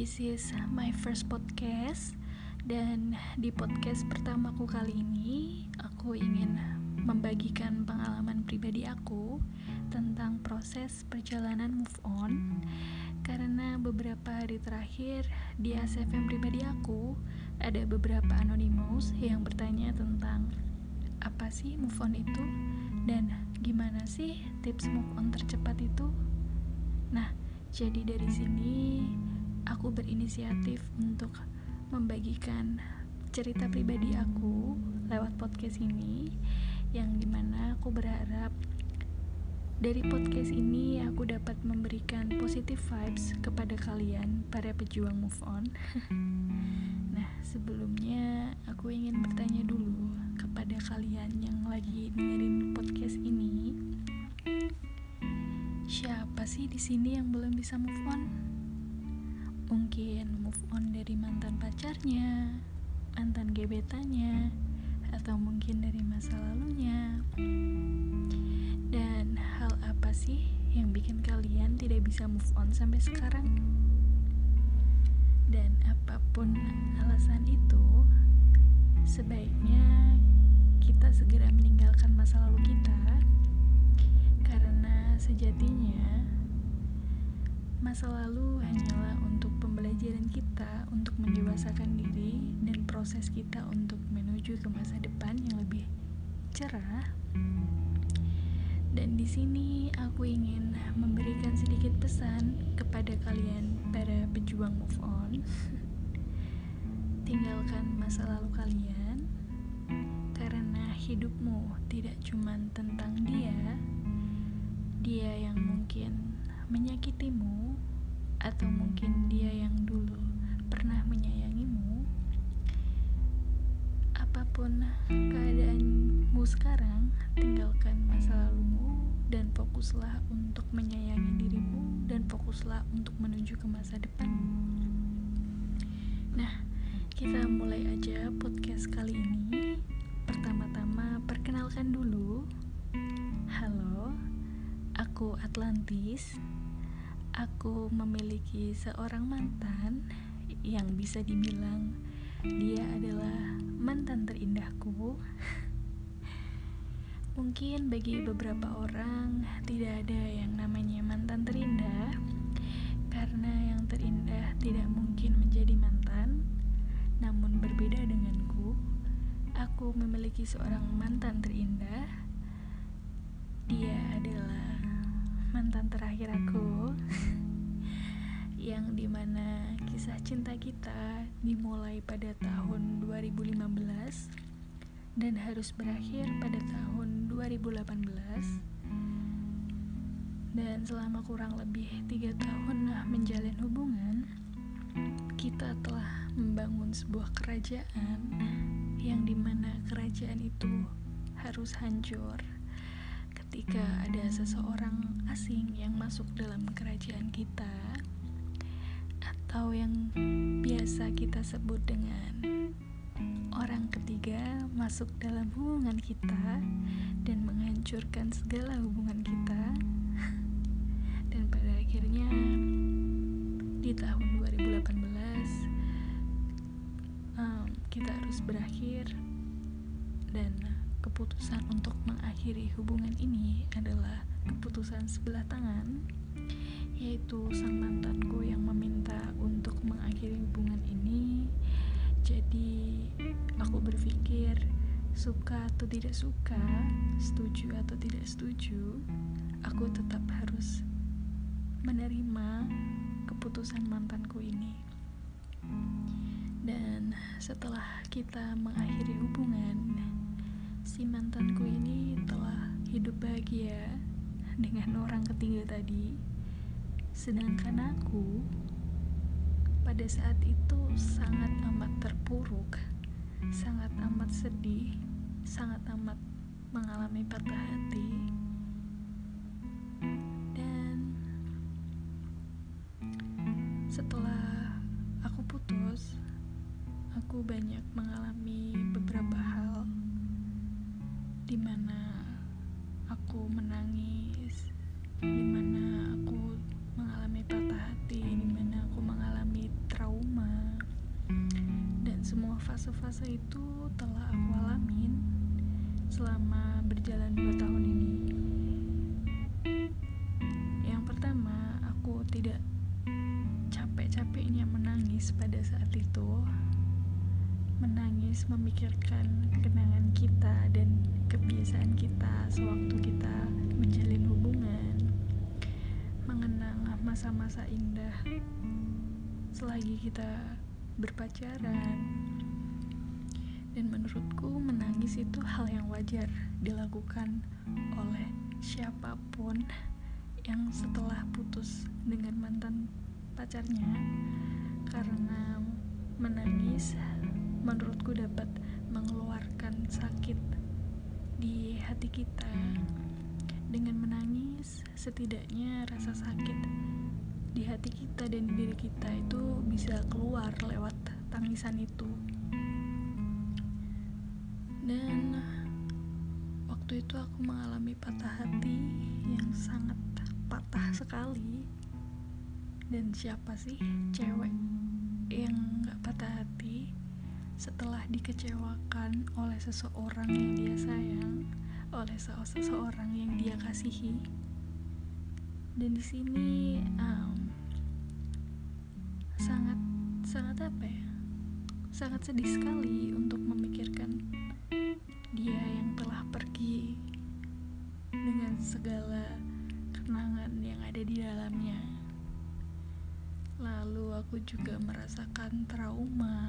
This is my first podcast. Dan di podcast pertamaku kali ini, aku ingin membagikan pengalaman pribadi aku tentang proses perjalanan move on. Karena beberapa hari terakhir di ACFM pribadi aku, ada beberapa anonymous yang bertanya tentang apa sih move on itu, dan gimana sih tips move on tercepat itu. Nah, jadi dari sini aku berinisiatif untuk membagikan cerita pribadi aku lewat podcast ini, yang dimana aku berharap dari podcast ini aku dapat memberikan positive vibes kepada kalian para pejuang move on. Nah, sebelumnya aku ingin bertanya dulu kepada kalian yang lagi dengerin podcast ini, siapa sih di sini yang belum bisa move on? Mungkin move on dari mantan pacarnya, mantan gebetannya, atau mungkin dari masa lalunya. Dan hal apa sih yang bikin kalian tidak bisa move on sampai sekarang? Dan apapun alasan itu, sebaiknya kita segera meninggalkan masa lalu kita, karena sejatinya masa lalu hanyalah untuk pembelajaran kita untuk mendewasakan diri dan proses kita untuk menuju ke masa depan yang lebih cerah. Dan di sini aku ingin memberikan sedikit pesan kepada kalian para pejuang move on. Tinggalkan masa lalu kalian, karena hidupmu tidak cuma tentang dia yang mungkin menyakitimu, atau mungkin dia yang dulu pernah menyayangimu. Apapun keadaanmu sekarang, tinggalkan masa lalumu dan fokuslah untuk menyayangi dirimu, dan fokuslah untuk menuju ke masa depan. Nah, kita mulai aja podcast kali ini. Pertama-tama perkenalkan dulu. Halo, aku Atlantis. Aku memiliki seorang mantan yang bisa dibilang dia adalah mantan terindahku. Mungkin bagi beberapa orang tidak ada yang namanya mantan terindah, karena yang terindah tidak mungkin menjadi mantan. Namun berbeda denganku, aku memiliki seorang mantan terindah. Dia adalah mantan terakhir aku, yang dimana kisah cinta kita dimulai pada tahun 2015 dan harus berakhir pada tahun 2018. Dan selama kurang lebih 3 tahun menjalin hubungan, kita telah membangun sebuah kerajaan, yang dimana kerajaan itu harus hancur ketika ada seseorang asing yang masuk dalam kerajaan kita, atau yang biasa kita sebut dengan orang ketiga masuk dalam hubungan kita dan menghancurkan segala hubungan kita. Dan pada akhirnya di tahun 2018 kita harus berakhir, dan keputusan untuk mengakhiri hubungan ini adalah keputusan sebelah tangan, yaitu sang mantanku yang meminta untuk mengakhiri hubungan ini. Jadi aku berpikir, suka atau tidak suka, setuju atau tidak setuju, aku tetap harus menerima keputusan mantanku ini. Dan setelah kita mengakhiri hubungan, si mantanku ini telah hidup bahagia dengan orang ketiga tadi. Sedangkan aku pada saat itu sangat amat terpuruk, sangat amat sedih, sangat amat mengalami patah hati. Dan setelah aku putus, aku banyak mengalami beberapa hal dimana aku menangis, dimana aku mengalami patah hati, dimana aku mengalami trauma fase-fase itu telah aku alamin selama berjalan 2 tahun ini. Yang pertama, aku tidak capek-capeknya menangis pada saat itu. Menangis memikirkan kenangan kita dan kebiasaan kita sewaktu kita menjalin hubungan, mengenang masa-masa indah selagi kita berpacaran. Dan menurutku menangis itu hal yang wajar dilakukan oleh siapapun yang setelah putus dengan mantan pacarnya, karena menangis menurutku dapat mengeluarkan sakit di hati kita. Dengan menangis, setidaknya rasa sakit di hati kita dan di diri kita itu bisa keluar lewat tangisan itu. Dan waktu itu aku mengalami patah hati yang sangat patah sekali. Dan siapa sih cewek yang gak patah hati setelah dikecewakan oleh seseorang yang dia sayang, oleh seseorang yang dia kasihi? Dan di sini sangat sedih sekali untuk memikirkan dia yang telah pergi dengan segala kenangan yang ada di dalamnya. Lalu aku juga merasakan trauma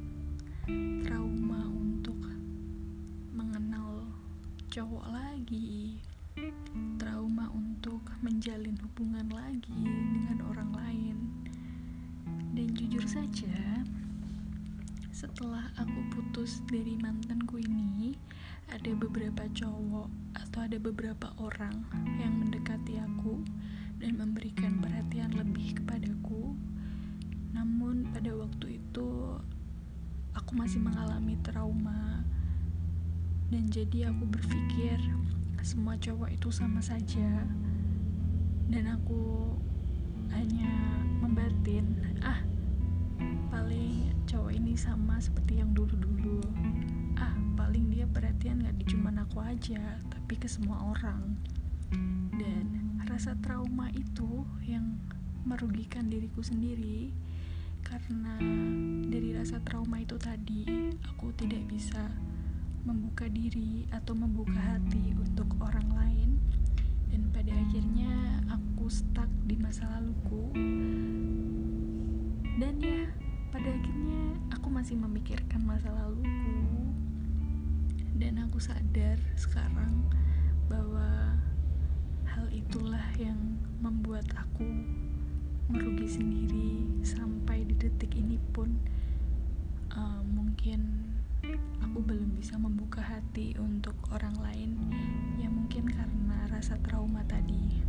untuk mengenal cowok lagi, trauma untuk menjalin hubungan lagi dengan orang lain. Dan jujur saja, setelah aku putus dari mantanku ini, ada beberapa cowok atau ada beberapa orang yang mendekati aku dan memberikan perhatian lebih kepadaku. Namun pada waktu itu aku masih mengalami trauma, dan jadi aku berpikir semua cowok itu sama saja, dan aku hanya membatin, paling cowok ini sama seperti yang dulu-dulu, paling dia perhatian gak di cuman aku aja, tapi ke semua orang. Dan rasa trauma itu yang merugikan diriku sendiri, karena dari rasa trauma itu tadi aku tidak bisa membuka diri atau membuka hati untuk orang lain. Dan pada akhirnya aku stuck di masa laluku. Dan ya, pada akhirnya aku masih memikirkan masa laluku. Dan aku sadar sekarang bahwa hal itulah yang membuat aku merugi sendiri. Sampai di detik ini pun mungkin aku belum bisa membuka hati untuk orang lain, ya mungkin karena rasa trauma tadi.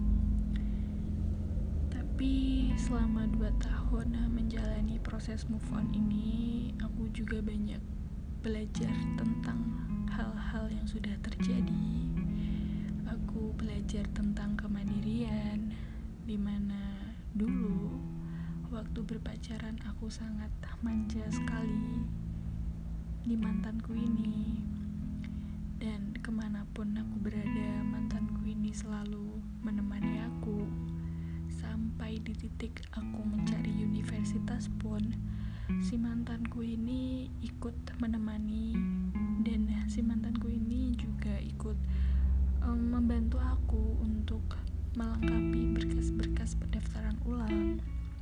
Tapi selama 2 tahun menjalani proses move on ini, aku juga banyak belajar tentang hal-hal yang sudah terjadi. Aku belajar tentang kemandirian, dimana dulu waktu berpacaran aku sangat manja sekali di mantanku ini. Dan kemanapun aku berada, mantanku ini selalu menemani aku. Sampai di titik aku mencari universitas pun, si mantanku ini ikut menemani. Dan si mantanku ini juga ikut membantu aku untuk melengkapi berkas-berkas pendaftaran ulang.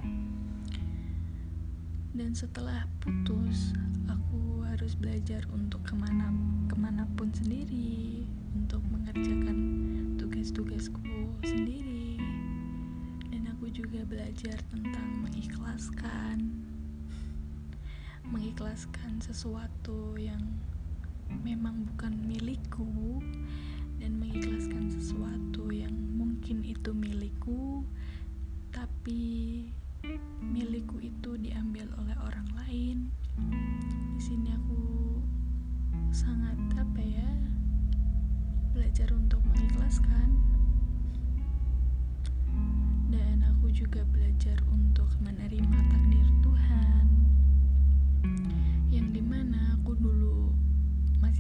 Dan setelah putus, aku harus belajar untuk kemanapun sendiri, untuk mengerjakan tugas-tugasku sendiri. Dan aku juga belajar tentang mengikhlaskan sesuatu yang memang bukan milikku, dan mengikhlaskan sesuatu yang mungkin itu milikku, tapi milikku itu diambil oleh orang lain. Di sini aku sangat belajar untuk mengikhlaskan. Dan aku juga belajar untuk menerima takdir Tuhan, yang dimana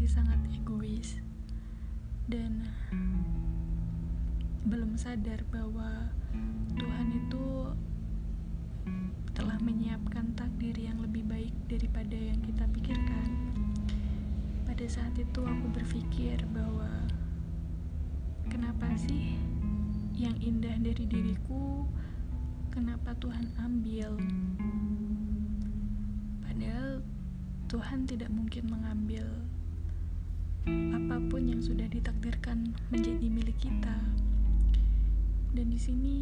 masih sangat egois dan belum sadar bahwa Tuhan itu telah menyiapkan takdir yang lebih baik daripada yang kita pikirkan. Pada saat itu aku berpikir bahwa kenapa sih yang indah dari diriku, kenapa Tuhan ambil? Padahal Tuhan tidak mungkin mengambil apapun yang sudah ditakdirkan menjadi milik kita. Dan di sini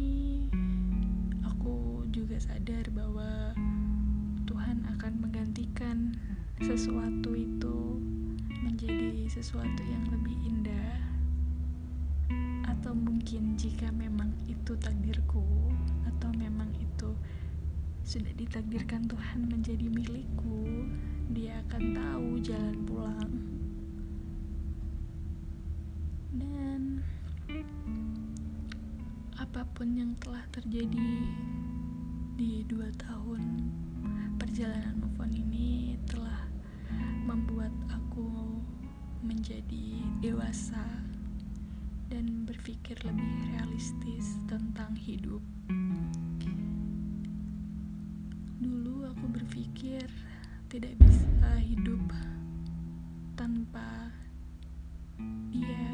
aku juga sadar bahwa Tuhan akan menggantikan sesuatu itu menjadi sesuatu yang lebih indah. Atau mungkin jika memang itu takdirku, atau memang itu sudah ditakdirkan Tuhan menjadi milikku, Dia akan tahu jalan pulang. Dan apapun yang telah terjadi di 2 tahun perjalanan move on ini telah membuat aku menjadi dewasa dan berpikir lebih realistis tentang hidup. Dulu aku berpikir tidak bisa hidup tanpa dia.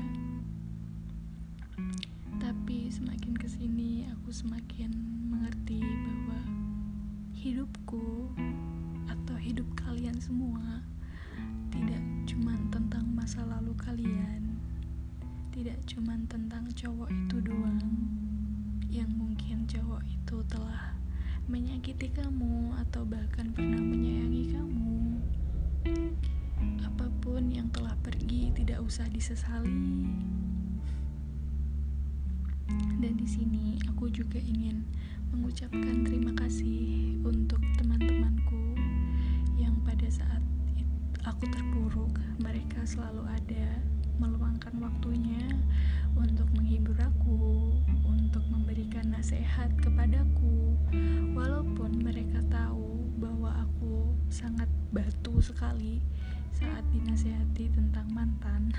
Tapi semakin kesini aku semakin mengerti bahwa hidupku atau hidup kalian semua tidak cuma tentang masa lalu kalian, tidak cuma tentang cowok itu doang, yang mungkin cowok itu telah menyakiti kamu atau bahkan pernah menyayangi kamu. Apapun yang telah pergi tidak usah disesali. Dan di sini aku juga ingin mengucapkan terima kasih untuk teman-temanku yang pada saat aku terpuruk, mereka selalu ada meluangkan waktunya untuk menghibur aku, untuk memberikan nasihat kepadaku, walaupun mereka tahu bahwa aku sangat batu sekali saat dinasihati tentang mantan.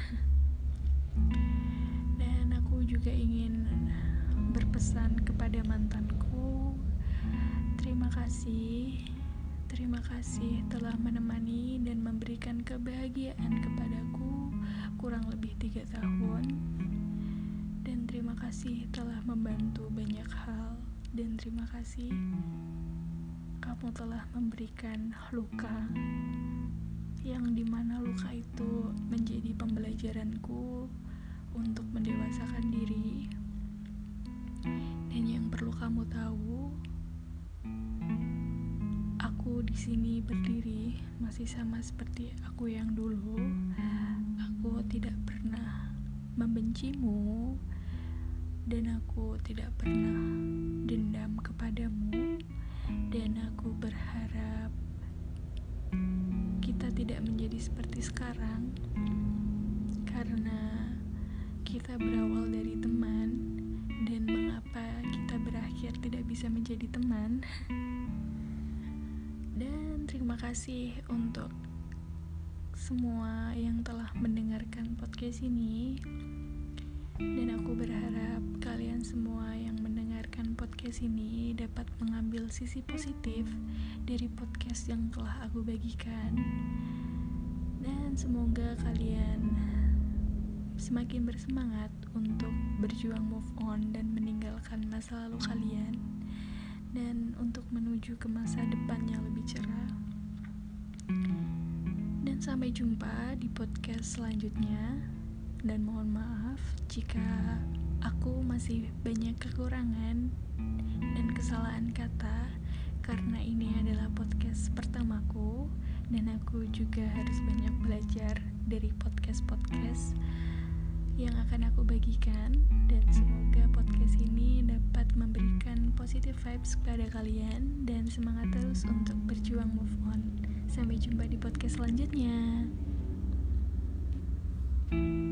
Dan aku juga ingin berpesan kepada mantanku, terima kasih telah menemani dan memberikan kebahagiaan kepadaku kurang lebih 3 tahun. Dan terima kasih telah membantu banyak hal. Dan terima kasih kamu telah memberikan luka, yang dimana luka itu menjadi pembelajaranku untuk mendewasakan diri. Dan yang perlu kamu tahu, aku di sini berdiri masih sama seperti aku yang dulu. Aku tidak pernah membencimu dan aku tidak pernah dendam kepadamu. Dan aku berharap kita tidak menjadi seperti sekarang, karena kita berawal dari teman, dan mengapa kita berakhir tidak bisa menjadi teman. Dan terima kasih untuk semua yang telah mendengarkan podcast ini. Dan aku berharap kalian semua yang mendengarkan podcast ini dapat mengambil sisi positif dari podcast yang telah aku bagikan. Dan semoga kalian semakin bersemangat untuk berjuang move on dan meninggalkan masa lalu kalian, dan untuk menuju ke masa depan yang lebih cerah. Dan sampai jumpa di podcast selanjutnya. Dan mohon maaf jika aku masih banyak kekurangan dan kesalahan kata, karena ini adalah podcast pertamaku dan aku juga harus banyak belajar dari podcast-podcast yang akan aku bagikan. Dan semoga podcast ini dapat memberikan positive vibes kepada kalian dan semangat terus untuk berjuang move on. Sampai jumpa di podcast selanjutnya.